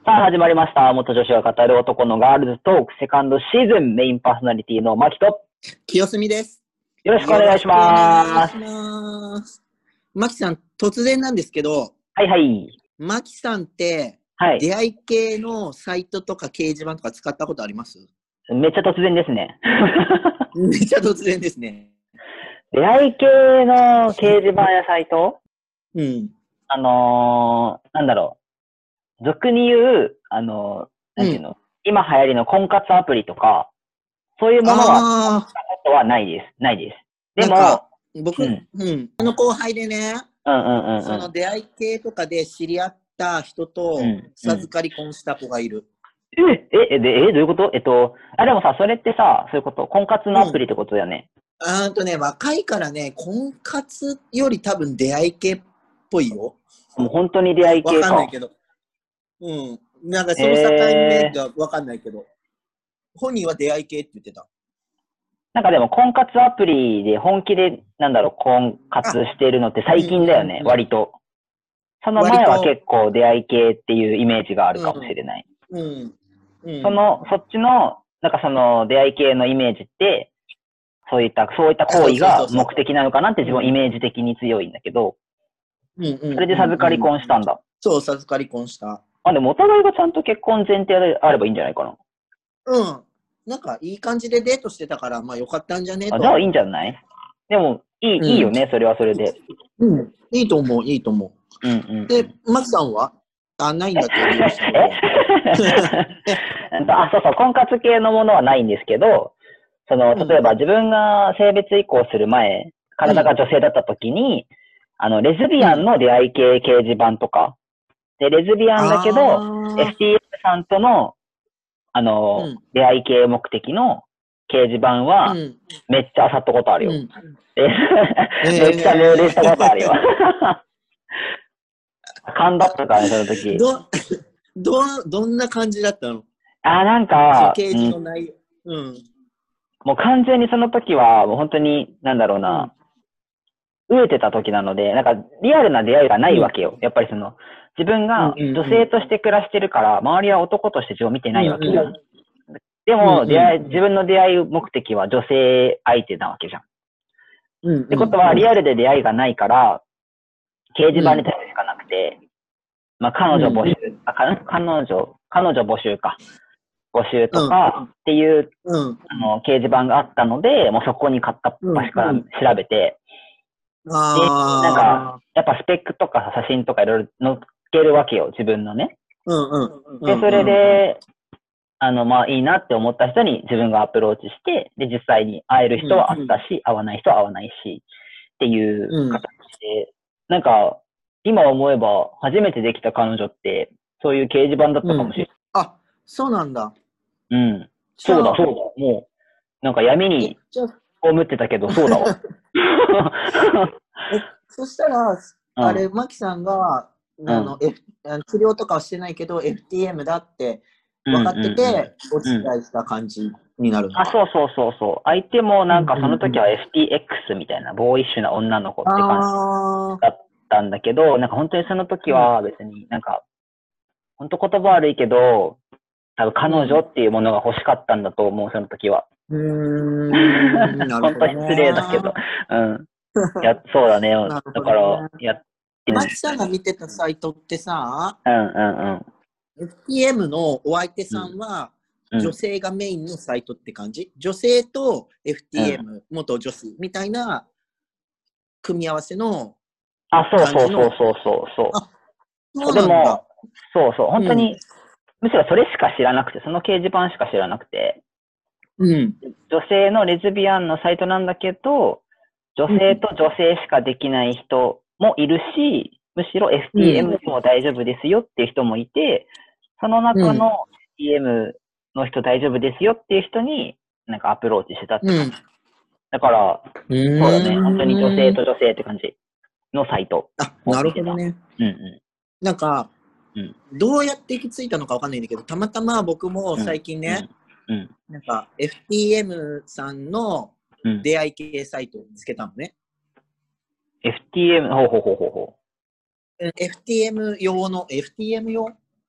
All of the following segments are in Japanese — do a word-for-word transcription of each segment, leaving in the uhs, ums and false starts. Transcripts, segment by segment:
さあ始まりました。元女子が語る男のガールズトークセカンドシーズンメインパーソナリティのマキと清澄です。 よろしくお願いします。 マキさん、突然なんですけど、 はいはい。 マキさんって、 はい、 出会い系のサイトとか掲示板とか使ったことあります？ めっちゃ突然ですね。 めっちゃ突然ですね。 出会い系の掲示板やサイトうん。 あのー、なんだろう。俗に言う、あのー、なんていうの、うん、今流行りの婚活アプリとか、そういうものは、使ったことはないです。ないです。でも、 僕、うん、うん。あの後輩でね、 うんうんうんうん、 その出会い系とかで知り合った人と授かり婚した子がいる。 うんうん、え、え、で、え、どういうこと？えっと、あ、でもさ、それってさ、そういうこと、婚活のアプリってことだよね。 うん、あーとね、若いからね、婚活より多分出会い系っぽいよ。 もう本当に出会い系か。 わかんないけど。うん。なんかその境目がわかんないけど、えー、本人は出会い系って言ってた。 なんかでも婚活アプリで本気で、なんだろう、婚活してるのって最近だよね、うんうんうん、割と。その前は結構出会い系っていうイメージがあるかもしれない。 うんうんうん、 その、そっちの、なんかその出会い系のイメージって、そういった、そういった行為が目的なのかなって自分イメージ的に強いんだけど、 うんうんうんうん、 それで授かり婚したんだ。 そう、授かり婚した。 あ、でもお互いがちゃんと結婚前提であればいいんじゃないかな。 うん。なんかいい感じでデートしてたから、まあよかったんじゃねえと。 あ、じゃあいいんじゃない？でも、いい、うん、いいよね、それはそれで。 うん、いいと思う、いいと思う。うんうん、うん。 で、マキさんはあ、ないんだって言いましたえあ、そうそう、婚活系のものはないんですけど、その、例えば自分が性別移行する前、体が女性だった時に、あの、レズビアンの出会い系掲示板とか、で、レズビアンだけど、エフティーエム さんとの、あの、うん、出会い系目的の掲示板は、めっちゃ漁ったことあるよ。うん、めっちゃメールしたことあるよ。勘だったからね、その時。 ど、ど、どんな感じだったの？ あ、なんか、 掲示の内容。うん。 もう完全にその時は、もう本当に、なんだろうな、うん、飢えてた時なので、なんかリアルな出会いがないわけよ。うん、やっぱりその、自分が女性として暮らしてるから、周りは男として自分を見てないわけじゃん。うんうん、でも、出会い、自分の出会い目的は女性相手なわけじゃん。うんうん、ってことは、リアルで出会いがないから、掲示板に頼るしかなくて、まあ、彼女募集、うん、あ、彼女、彼女募集か。募集とかっていう、うん、あの掲示板があったので、もうそこに片っ端から調べて、うんうん、で、なんか、やっぱスペックとか写真とかいろいろ載っけるわけよ、自分のね。うんうん、で、それで、あの、まあいいなって思った人に自分がアプローチして、で、実際に会える人は会ったし、うんうん、会わない人は会わないし、っていう形で、うん、なんか、今思えば初めてできた彼女って、そういう掲示板だったかもしれない。 うん、あ、そうなんだ。 うん。そうだ、そうだ。もう、なんか闇に葬ってたけど、そうだわ。 え、そしたら、あれ、マキさんが、うん、あの、F、治療とかはしてないけど、エフティーエム だって分かってて、お付き合いした感じになるの、うん、 あ、そうそうそうそう。相手もなんかその時は エフティーエックス みたいな、ボーイッシュな女の子って感じだったんだけど、なんか本当にその時は別になんか、本当言葉悪いけど、多分彼女っていうものが欲しかったんだと思う、その時は。 うーん、なるほど、ね。 本当失礼だけど。うん。や、そうだね。だから、やって。 マキさんが見てたサイトってさ、 うんうんうん。 エフティーエム のお相手さんは、女性がメインのサイトって感じ？女性と エフティーエム、うん、元女子みたいな組み合わせのあ、そうそうそうそうそうそう。 あ、そうなんだ。 でも、そうそう、本当に、うん、むしろそれしか知らなくて、その掲示板しか知らなくて、 うん、 女性のレズビアンのサイトなんだけど、女性と女性しかできない人もいるし、むしろ エフティーエム でも大丈夫ですよっていう人もいて、その中の エフティーエム の人大丈夫ですよっていう人になんかアプローチしてたって感じ。うん、だから、そうだね、本当に女性と女性って感じのサイト。 あ、なるほどね。 うんうん、 なんか、うん、どうやって行き着いたのかわかんないんだけど、たまたま僕も最近ね、うんうん、なんか エフティーエム さんの出会い系サイトを見つけたのね。 エフティーエム、ほうほうほうほうほう。エフティーエム 用の、エフティーエム 用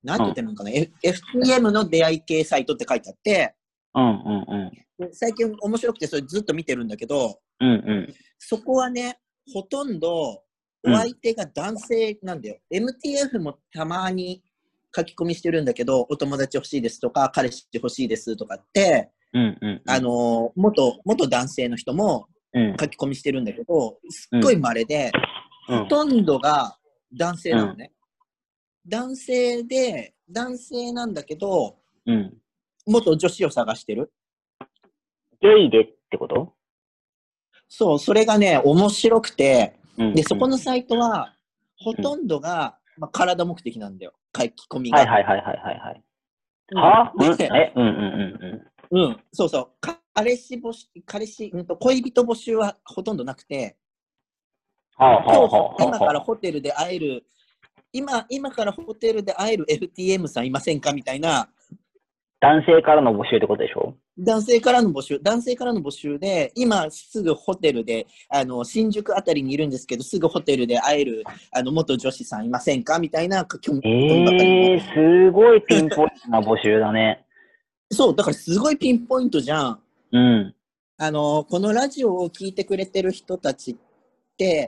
なんて言ってるのかな、F、エフティーエム の出会い系サイトって書いてあって、 うんうんうん、最近面白くてそれずっと見てるんだけど、 うんうん、 そこはね、ほとんどお相手が男性なんだよ。うん、エムティーエフ もたまに書き込みしてるんだけど、お友達欲しいですとか、彼氏欲しいですとかって、 うんうんうん、 あの、元、元男性の人も書き込みしてるんだけど、すっごい稀で、うん、ほとんどが男性なのね。うん、男性で、男性なんだけど、うん、元女子を探してる。 ゲイでってこと？ そう、それがね、面白くて、うん、で、そこのサイトは、ほとんどが、まあ、体目的なんだよ、書き込みが。 はいはいはいはいはい。はぁ、うん、え、うんうんうんうん。 うん、そうそう。彼氏募集、彼氏、うんと、恋人募集はほとんどなくて、はあ、今日、今からホテルで会える、今、今からホテルで会える エフティーエム さんいませんかみたいな。 男性からの募集ってことでしょ？ 男性からの募集、男性からの募集で、今すぐホテルで、あの、新宿あたりにいるんですけど、すぐホテルで会える、あの、元女子さんいませんかみたいな書き込みばかりの。 えー、すごいピンポイントな募集だね。 そう、だからすごいピンポイントじゃん。うん。あの、このラジオを聞いてくれてる人たちって、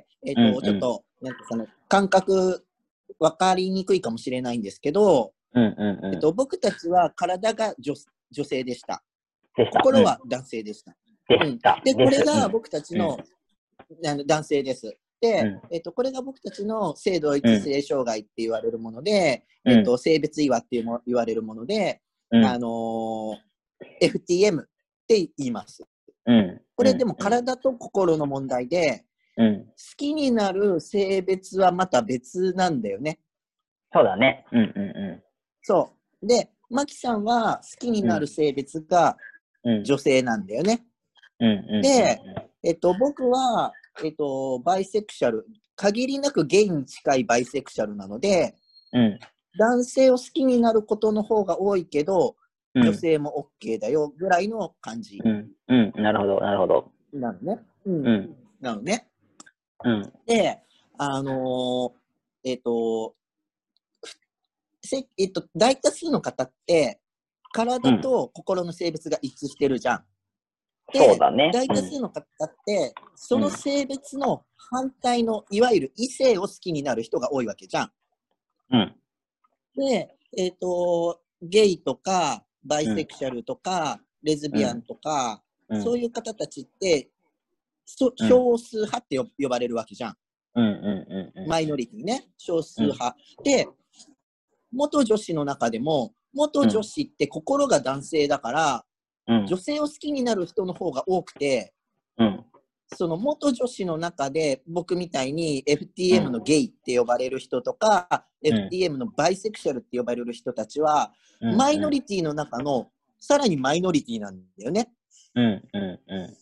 えっと、うんうん、ちょっと、なんていうかな、感覚、わかりにくいかもしれないんですけど、うんうんうん、えっと、僕たちは体が 女, 女性でした。 でした。 心は男性でした。 うん、 で、これが僕たちの、うん、あの男性です。で、うん、えっと、これが僕たちの性同一性障害って言われるもので、うん、えっと、性別違和って言われるもので、うん、あのー、エフティーエム って言います。うん、これでも体と心の問題で、うん、好きになる性別はまた別なんだよね。 そうだね。うんうんうん。 そう。で、マキさんは好きになる性別が女性なんだよね。うんうんうんうん、で、えっと、僕は、えっと、バイセクシャル、限りなくゲイに近いバイセクシャルなので、うん、男性を好きになることの方が多いけど、うん、女性も OK だよぐらいの感じ。 うん、うん、なるほど、なるほど。 なのね。うん。うん、なのね。うん。で、あのー、えっと、えっと、大多数の方って、体と心の性別が一致してるじゃん。で、 そうだね。 大多数の方って、その性別の反対の、いわゆる異性を好きになる人が多いわけじゃん。うん。で、えっと、ゲイとか、バイセクシャルとか、うん、レズビアンとか、うん、そういう方たちって、そ少数派って呼ばれるわけじゃん。うんうんうんうん、マイノリティね、少数派。うん、で、元女子の中でも、元女子って心が男性だから、うん、女性を好きになる人の方が多くて、うん、その元女子の中で僕みたいに エフティーエム のゲイって呼ばれる人とか、うん、エフティーエム のバイセクシャルって呼ばれる人たちは、うん、マイノリティの中のさらにマイノリティなんだよね。うんうんうん、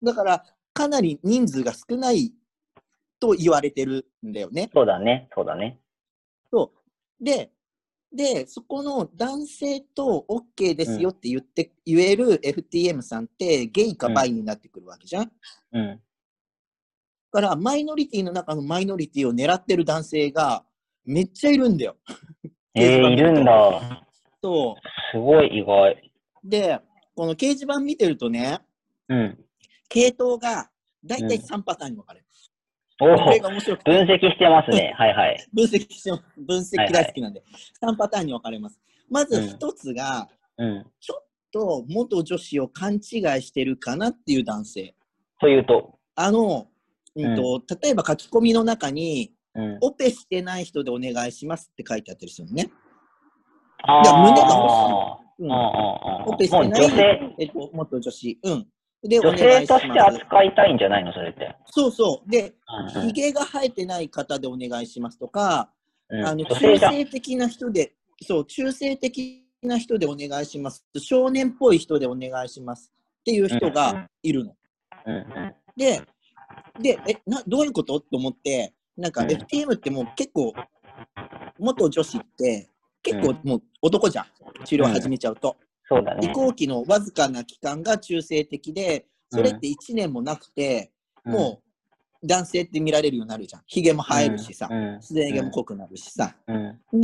だからかなり人数が少ないと言われてるんだよね。 そうだね、そうだね。 そうでで、そこの男性と OK ですよって言って、うん、言える エフティーエム さんってゲイかバイになってくるわけじゃん。うん。だからマイノリティの中のマイノリティを狙ってる男性がめっちゃいるんだよ。 えー、いるんだ。 そう。 すごい意外。 で、この掲示板見てるとね、うん。系統がだいたいさんパターンに分かれる。 うん、おこれが面白くて。分析してますね。はいはい。 分析してます。分析大好きなんで、はいはい。さんパターンに分かれます。まず一つが、うん、ちょっと元女子を勘違いしてるかなっていう男性。 というとあの、うんと、うん、例えば書き込みの中に、うん、オペしてない人でお願いしますって書いてあったりするのね。 ああ。 胸が欲しい。うん、オペしてない、えっと、元女子。うん。で、 女性として扱いたいんじゃないのそれって。 そうそう。で、うんうん、髭が生えてない方でお願いしますとか、うん、あの中性的な人で、そう、中性的な人でお願いします。少年っぽい人でお願いしますっていう人がいるの。うんうん、で、で、え、な、どういうことと思って、なんか エフティーエム ってもう結構、元女子って結構もう男じゃん。治療始めちゃうと。 そうだね。 移行期のわずかな期間が中性的で、それっていちねんもなくて、うん、もう男性って見られるようになるじゃん。髭も生えるしさ、自然毛も濃くなるしさ。うん、で、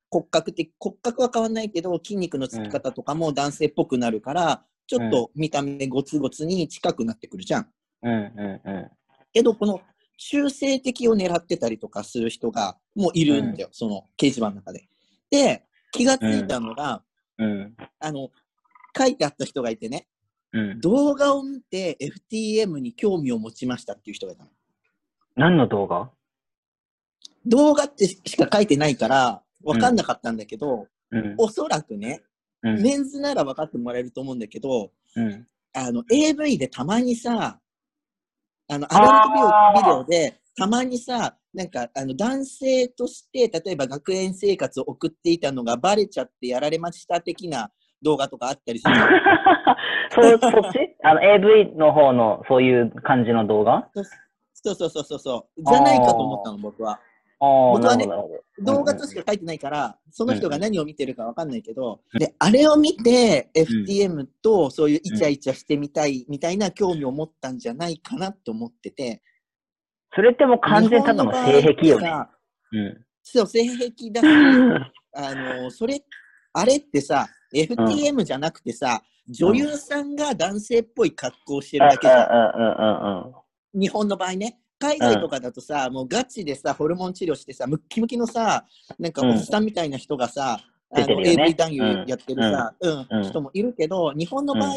骨格的、骨格は変わんないけど、筋肉のつき方とかも男性っぽくなるから、ちょっと見た目ゴツゴツに近くなってくるじゃん。 うんうんうん。 けど、この中性的を狙ってたりとかする人がもういるんだよ、うん、その掲示板の中で。で、気がついたのが、 うんうん、 あの、書いてあった人がいてね、 うん、 動画を見て エフティーエム に興味を持ちましたっていう人がいたの。 何の動画？ 動画ってしか書いてないから分かんなかったんだけど、 うん、 おそらくね、うん、メンズなら分かってもらえると思うんだけど、 うん、 あの エーブイ でたまにさ、あのアダルトビデオ、ビデオでたまにさ、なんかあの男性として例えば学園生活を送っていたのがバレちゃってやられました的な動画とかあったりするじゃん。 そう、そっちあの エーブイ の方のそういう感じの動画？ そうそうそうそうそう。じゃないかと思ったの、僕は。僕はね、動画としか書いてないから、その人が何を見てるかわかんないけど、うん、で、あれを見て エフティーエム とそういうイチャイチャしてみたいみたいな興味を持ったんじゃないかなと思ってて。 それってもう完全ただの性癖よね。 うん、そう、性癖だし、あの、それ、あれってさ、エフティーエム じゃなくてさ、うん、女優さんが男性っぽい格好をしてるだけじゃん。日本の場合ね。海外とかだとさ、うん、もうガチでさ、ホルモン治療してさ、ムッキムキのさ、なんかおじさんみたいな人がさ、うん、あの、ね、エーブイ 男優やってるさ、うん、うん、人もいるけど、日本の場合って、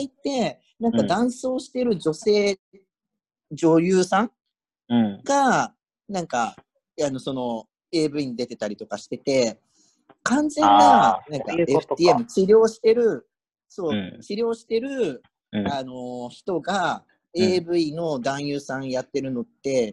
なんか男装してる女性、女優さんが、なんか、あの、その、エーブイ に出てたりとかしてて、完全な、なんか エフティーエム 治療してる、そう、うん、治療してる、うん、あの、人が、エーブイ の男優さんやってるのって、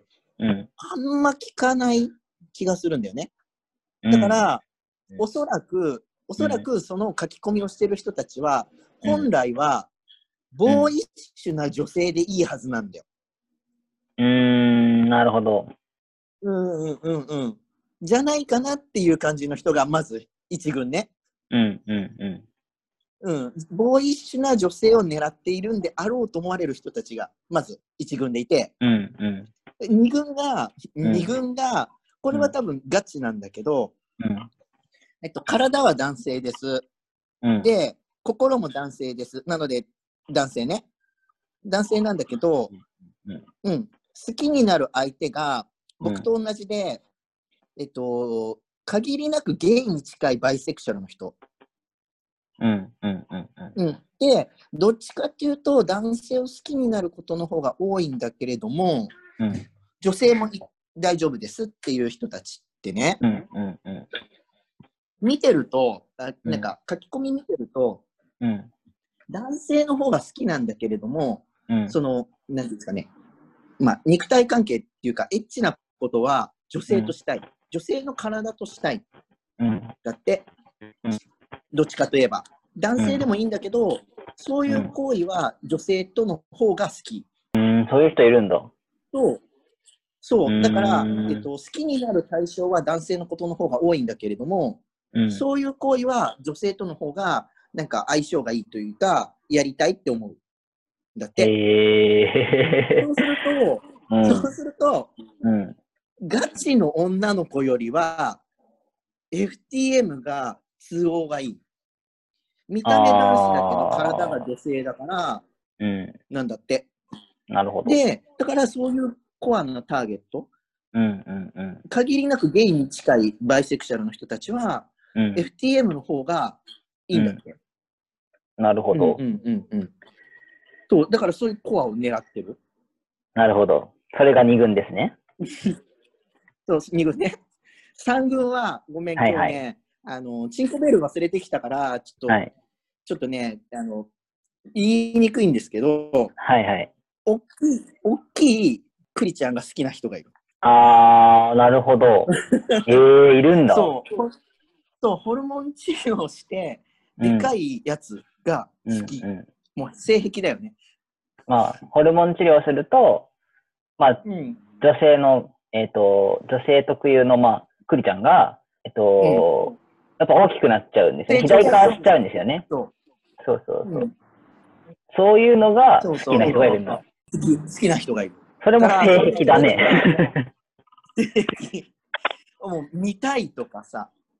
うん、あんま聞かない気がするんだよね。だから、うん、おそらく、おそらくその書き込みをしてる人たちは、うん、本来は、ボーイッシュな女性でいいはずなんだよ。 うーん、なるほど。 うんうんうんうん。じゃないかなっていう感じの人が、まず一軍ね。 うんうんうん。 うん、ボーイッシュな女性を狙っているんであろうと思われる人たちがまず一軍でいて、 うんうん、 二軍が、二軍が、これは多分ガチなんだけど、うんえっと、体は男性です、うん。で、心も男性です。なので、男性ね。男性なんだけど、うんうん、好きになる相手が僕と同じで、うん、えっと、限りなくゲイに近いバイセクシャルの人。 うんうんうんうん、で、どっちかっていうと男性を好きになることの方が多いんだけれども、うん、女性も大丈夫ですっていう人たちってね、うんうんうん、見てると、なんか書き込み見てると、うん、男性の方が好きなんだけれども、うん、その、なんていうんですかね、まあ、肉体関係っていうか、エッチなことは女性としたい。うん、女性の体としたい。うん、だって、うん、どっちかといえば。男性でもいいんだけど、うん、そういう行為は女性との方が好き。 うん、そういう人いるんだ。 そう。そう。だから、えっと、好きになる対象は男性のことの方が多いんだけれども、うん、そういう行為は女性との方が、なんか相性がいいというか、やりたいって思う。だって。 えー、 そうすると、うん、そうすると、うん、ガチの女の子よりは、エフティーエム が都合がいい。見た目男子だけど体が女性だから、うん、なんだって。 なるほど。 で、だからそういうコアなターゲット、 うんうんうん、 限りなくゲイに近いバイセクシャルの人たちは、うん、エフティーエム の方がいいんだって。 うん、なるほど。 うんうんうんうん。そう、だからそういうコアを狙ってる。 なるほど。それがに軍ですね。 そう、に軍ね。さん軍は、ごめん、今日ね、はいはい、あの、チンコベル忘れてきたから、ちょっと、はい、ちょっとね、あの、言いにくいんですけど、 はいはい。 大きい、大きいクリちゃんが好きな人がいる。 あー、なるほど。えー、いるんだ。 そう、そう、ホルモン治療して、でかいやつが好き。うんうんうん、もう性癖だよね。 まあ、ホルモン治療すると、まあ、うん、女性の、えっと、女性特有の、まあ、クリちゃんが、えっと、うん、やっぱ大きくなっちゃうんですよね。肥大化しちゃうんですよね。そうそうそうそう、うん。そういうのが好きな人がいるんだ。 好き、好きな人がいる。 それも性癖だね。 もう見たいとかさ、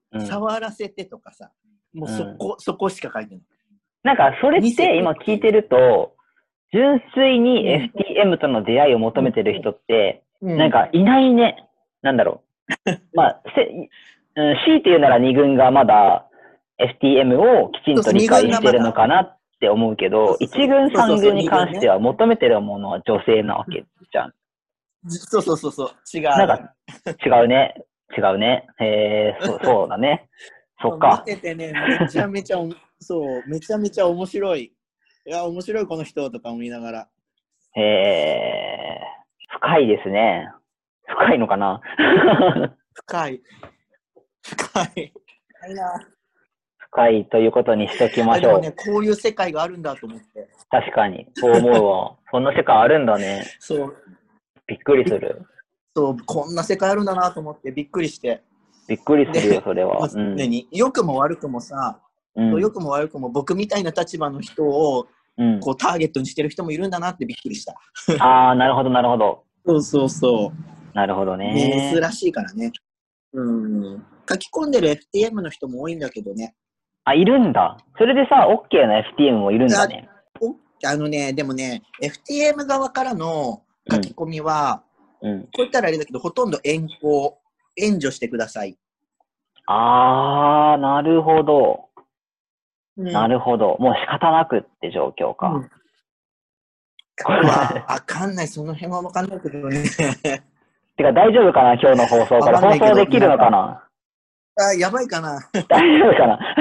うん、触らせてとかさ、もうそこ、うん、そこしか書いてない。 なんか、それって今聞いてると、純粋に エフティーエム との出会いを求めてる人って、うん、なんかいないね。なんだろう。まあ、せ、うん、強いて言うならに軍がまだ エフティーエム をきちんと理解してるのかなって思うけど、いち軍さん軍に関しては求めてるものは女性なわけじゃん。 そうそうそうそう、違う。 なんか、違うね。違うね。へえ、そう、そうだね。そっか。 見ててね、めちゃめちゃ、そう、めちゃめちゃ面白い。いや、面白いこの人とか思いながら。 へえ、深いですね。深いのかな深い。深い。深いな。 深いということにしときましょう。でもね、こういう世界があるんだと思って。 確かに、そう思うわ。そんな世界あるんだね。 そう。 びっくりする。 そう、こんな世界あるんだなと思ってびっくりして。 びっくりするよ、それは。 うん、良くも悪くもさ、うん、良くも悪くも僕みたいな立場の人を、うん、こうターゲットにしてる人もいるんだなってびっくりした。 ああ、なるほど、なるほど。 そうそうそう。 なるほどね。 珍しいからね。うん。書き込んでる エフティーエム の人も多いんだけどね。 あ、いるんだ。それでさ、OK な エフティーエム もいるんだね。 あ, あのね、でもね、エフティーエム 側からの書き込みは、うんうん、こう言ったらあれだけど、ほとんど援交、援助してください。 あー、なるほど。うん、なるほど。もう仕方なくって状況か。うん、 わかんない。その辺はわかんないけどね。 てか大丈夫かな今日の放送から。放送できるのかなあ、やばいかな大丈夫かな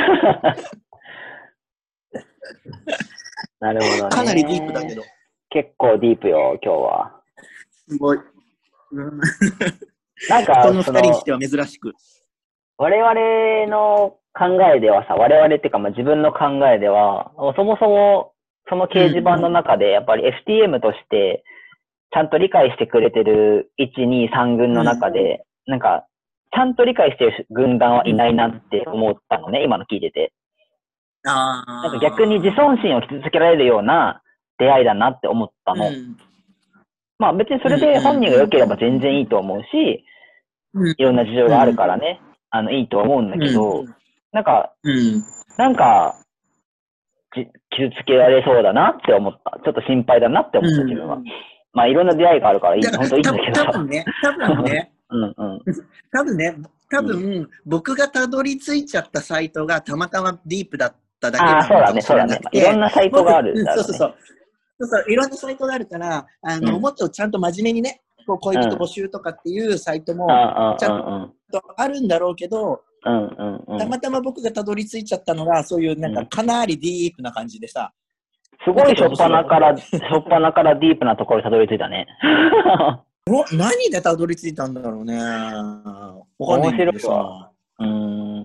なるほどね。 かなりディープだけど。 結構ディープよ、今日は。 すごい。うん、 なんか、 この二人にしては珍しく。 我々の考えではさ、我々っていうか、まあ、自分の考えでは、そもそもその掲示板の中で、やっぱり エフティーエム として、ちゃんと理解してくれてるいち、に、さん軍の中で、うん、なんか、ちゃんと理解してる軍団はいないなって思ったのね、今の聞いてて。 あなんか逆に自尊心を傷つけられるような出会いだなって思ったの。うん、まあ別にそれで本人が良ければ全然いいと思うし、うん、いろんな事情があるからね、うん、あのいいと思うんだけど、うん、なんか、うん、なんか、傷つけられそうだなって思った。ちょっと心配だなって思った、自分は。うん、まあいろんな出会いがあるからいい、本当いいんだけど。 多分ね、多分ね、 うんうん、 多分ね、多分、うん、僕がたどり着いちゃったサイトがたまたまディープだっただけなのかもしれなくて。 いろんなサイトがあるんだろうね。 そうそうそう。そうそう、いろんなサイトがあるから、あの、うん、もっとちゃんと真面目にね、こう恋人募集とかっていうサイトも、ちゃんとあるんだろうけど、 うんうんうん、 たまたま僕がたどり着いちゃったのが、そういうなんかかなりディープな感じでさ。 すごいしょっぱなから、しょっぱなからディープなところにたどり着いたね。 何でたどり着いたんだろうね。わかんないんだけどさ。うん。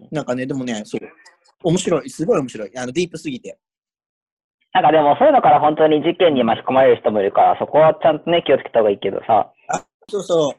なんかね、でもね、そう。面白い。すごい面白い。あの、ディープすぎて。 なんかでもそういうのから本当に事件に巻き込まれる人もいるから、そこはちゃんとね、気をつけた方がいいけどさ。 あ、そうそう。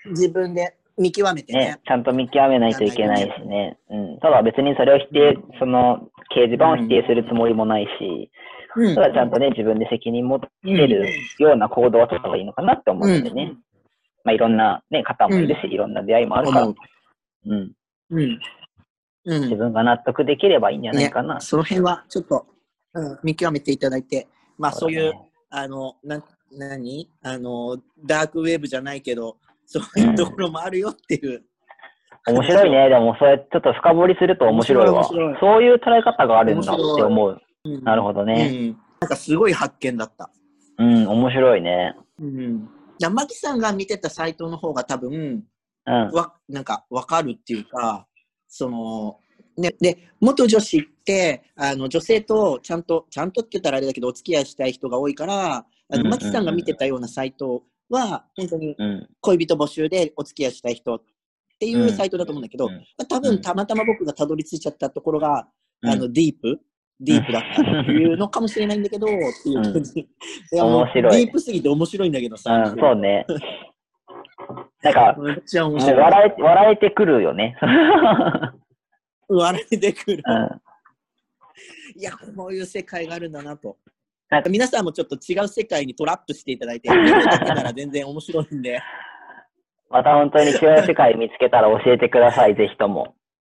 自分で見極めてね。ね、 ちゃんと見極めないといけないしね。うん。ただ別にそれを否定、その掲示板を否定するつもりもないし、うん、ただちゃんとね、自分で責任持てるような行動は取った方がいいのかなって思ってね。うん、まあいろんなね、方もいるし、うん、いろんな出会いもあるから。うん。うん。うん、自分が納得できればいいんじゃないかな。 ね、その辺はちょっと、うん、見極めていただいて、まあそういう、そうね、あの、な、何あの、ダークウェブじゃないけど、そういうところもあるよっていう。 うん、面白いね。でも、それちょっと深掘りすると面白いわ。面白い面白いそういう捉え方があるんだって思う。うん、なるほどね、 うん。なんかすごい発見だった。 うん、面白いね。 うん。じゃあ、マキさんが見てたサイトの方が多分、うん、わなんか分かるっていうか、その、ね、で、元女子って、あの、女性とちゃんと、ちゃんとって言ったらあれだけど、お付き合いしたい人が多いから、あの、マキさんが見てたようなサイトは、本当に恋人募集でお付き合いしたい人っていうサイトだと思うんだけど、うんうん、多分たまたま僕がたどり着いちゃったところが、うん、あの、ディープディープだったっていうのかもしれないんだけど、っていう感じ。いや、もう、ディープすぎて面白いんだけどさ。 うん、そうね。なんか、 めっちゃ面白い。 笑え、笑えてくるよね。 笑えてくる、うん。いや、こういう世界があるんだなと。なんか皆さんもちょっと違う世界にトラップしていただいて、見るだけなら全然面白いんで。 また本当に違う世界見つけたら教えてください、ぜひとも。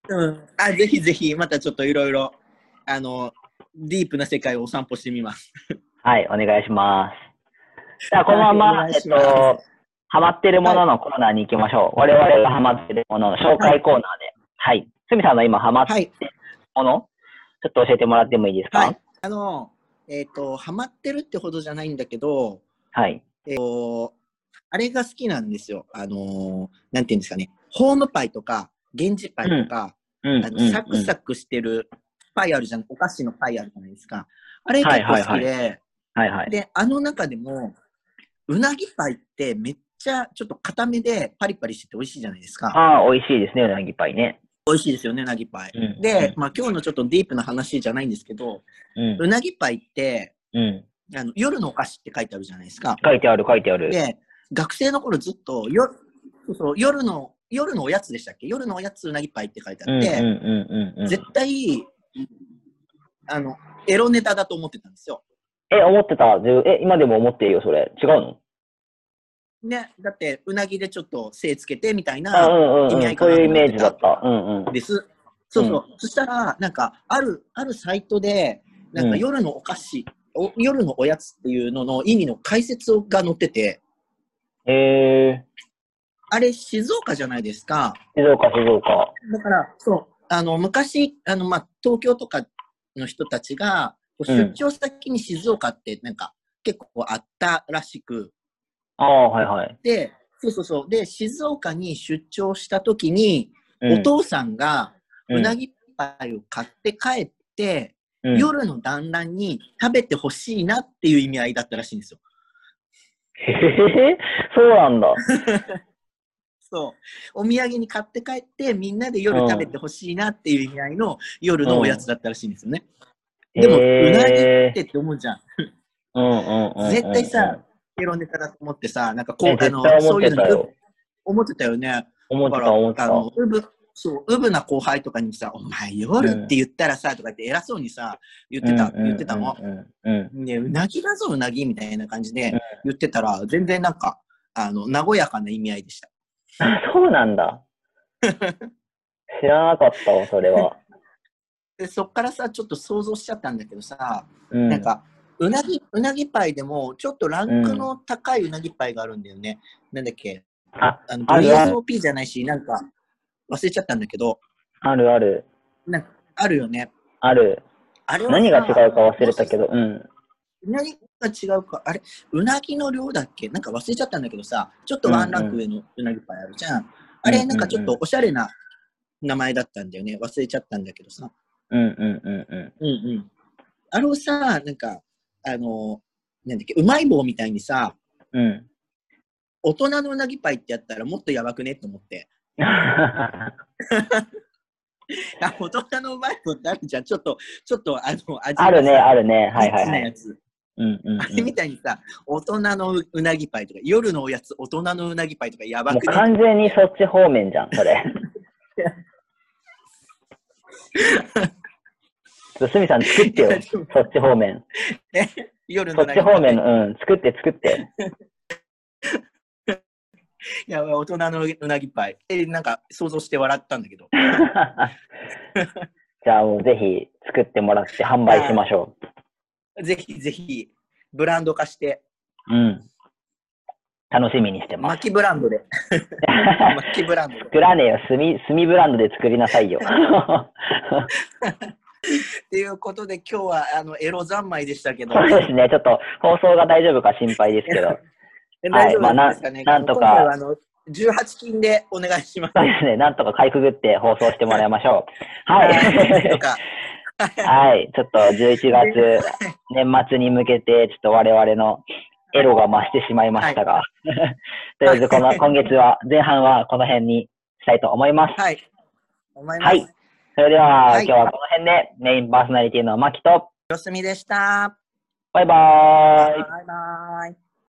うん。あ、ぜひぜひ、またちょっといろいろ、あの、ディープな世界をお散歩してみます。 はい、お願いします。じゃあ、このはい、おまま、えっ願いします。 と、ハマってるもはい。 ののコーナーに行きましょう。我々がハマってるものの紹はい。 介コーナーで。はい。すみさんの今ハマってはい。 るもの、ちょっと教えてもらってもいいですか？ はい。あの、えっと、ハマってるってほどじゃないんだけど、 はい。 あれが好きなんですよ。あの、なんていうんですかね。ホームパイとか、源氏パうん。 イとか、 うん、 あの、 うん、うん。 サクサクしてるパイあるじゃん。お菓子のパイあるじゃないですか。あれはい、 結構好はい、はい。 きで、 はいはい。 で、あの中でも、うなぎパイってめっちゃちょっと固めでパリパリしてて美味しいじゃないですか。 ああ、美味しいですね、うなぎパイね。 美味しいですよね、うなぎパイ。 うん、うで、 ん、 まあ今日のちょっとディープな話じゃないんですけど、 うん、 うなぎパイって、 うん。 あの夜のお菓子って書いてあるじゃないですか。 書いてある、書いてある。 で、学生の頃ずっとよそうそう夜の、夜のおやつでしたっけ？夜のおやつうなぎパイって書いてあうん、うん、 って、 うん、うん、う絶ん。 対、あの、エロネタだと思ってたんですよ。 え、思ってた。じゅえ、今でも思ってるよ、それ。違うの？ ね、だって、うなぎでちょっと精つけてみたいあ、うな意ん、うん、うん。 味合いかなそういうイメーと思ってたジだった。うん、うん。 です。そうん、 うそう。そしたら、なんか、ある、あるサイトで、なんかうん。 夜のお菓子、お夜のおやつっていうのの意味の解説が載ってて、 へえ。 あれ、静岡じゃないですか。 静岡、静岡。 だから、そう、あの、昔、あの、まあ、東京とかの人たちが、出うん。 張先に静岡ってなんか結構あったらしく、 ああ、はいはい。 で、そうそうそう。で、静岡に出張した時に、 うん、 お父さんがうん、 うなぎパイを買って帰って、 うん。 夜の団らんに食べてほしいなっていう意味合いだったらしいんですよ。 へへへ、そうなんだ。 そう。お土産に買って帰って、みんなでう夜食べてん、 ほしいなっていう意味合いの夜うのおやつん。 だったらしいんですよね。 へでも、うなぎってえ。 って思うじゃん。 うん、うん、うん、 絶対さ、 うん、うん。 エロネタだと思ってさ、なんかえ、 こう、あの、 絶対思っそういうのにうてたよ。 思ってたよね。 思ってた、 だから、 思ってた。 あの、うぶ、そう、うぶな後輩とかにさ、お前夜ってうん。 言ったらさ、とか言って偉そうにさ、言っうん、うてた、言ってん、 たの。 うん、うん。 ね、うなぎだぞ、うなぎみたいな感じでうん。 言ってたら、全然なんか、あの、和やかな意味合いでした。 そうなんだ。知らなかったわ、それは。 で、そっからさ、ちょっと想像しちゃったんだけどさ、 うん、 なんか、うなぎ、うなぎパイでも、ちょっとラうん。 ンクの高いうなぎパイがあるんだよね。なんだっけ、 あ、 あのあるある、 ブイエスオーピー じゃないし、なんか忘れちゃったんだけど、 あるある、 なんかあるよね。 ある。 あれは何が違さ、 うか忘れもしさ、 たけど、うん。 何が違うか、あれ、うなぎの量だっけなんか忘れちゃったんだけどさ、ちょっとうん、 ワンランクう上のうなぎパイあるじゃん。 ん。うん、 あれ、なんかちょっうん、 とおしゃれな名前だったんだよね。忘れちゃったんだけどさ。 うん。うん、うん、うん、ううんうん。あれをさ、なんか、あの、なんだっけ、うまい棒みたいにさ、 ん。うん。 大人のうなぎパイってやったらもっとやばくねと思って。あ、大人のうまい棒ってあるじゃん。ちょっと、ちょっと、あの、味あるね、 がさ、 あるね。はリッいはいはい。 チなやつ。 うん、うん、 あれみうん。 たいにさ、大人のうなぎパイとか、夜のおやつ、大人のうなぎパイとかやばもうくねと完全に思って。 そっち方面じゃん、それ。ちょっとすみさん作ってよ。そっち方面。 夜のうそっち方面なぎパイ。 の、うん、作って作って。 いや、大人のうなぎパイ。え、なんか想像して笑ったんだけど。 じゃあもうぜひ作ってもらって販売しましょぜひぜひ、ブランド化して。 う。うん。楽しみにしてます。 巻きブランドで。巻きブランドで。 作らねえよ。炭、炭ブランドで作りなさいよ。 っていうことで、今日はあのエロ三昧でしたけど。 そうですね。ちょっと放送が大丈夫か心配ですけど。はい。 大丈夫まあ、なですかね。 なんあのとか、 今回はあのじゅうはち金でお願いします。 そうですね。なんとかかいくぐって放送してもらいましょう。ははい。なんとい。 か。 はい。ちょっとじゅういちがつ、年末に向けて、ちょっと我々のエロが増してしまいましたが。はい、とりあえずこの、今月は、前半はこの辺にしたいと思います。 はい。思います。 はい。それでは、 はい、 今日はこの辺でメインパーソナリティのマキと、 よすみでした。 バイバーイ。 バイバイ。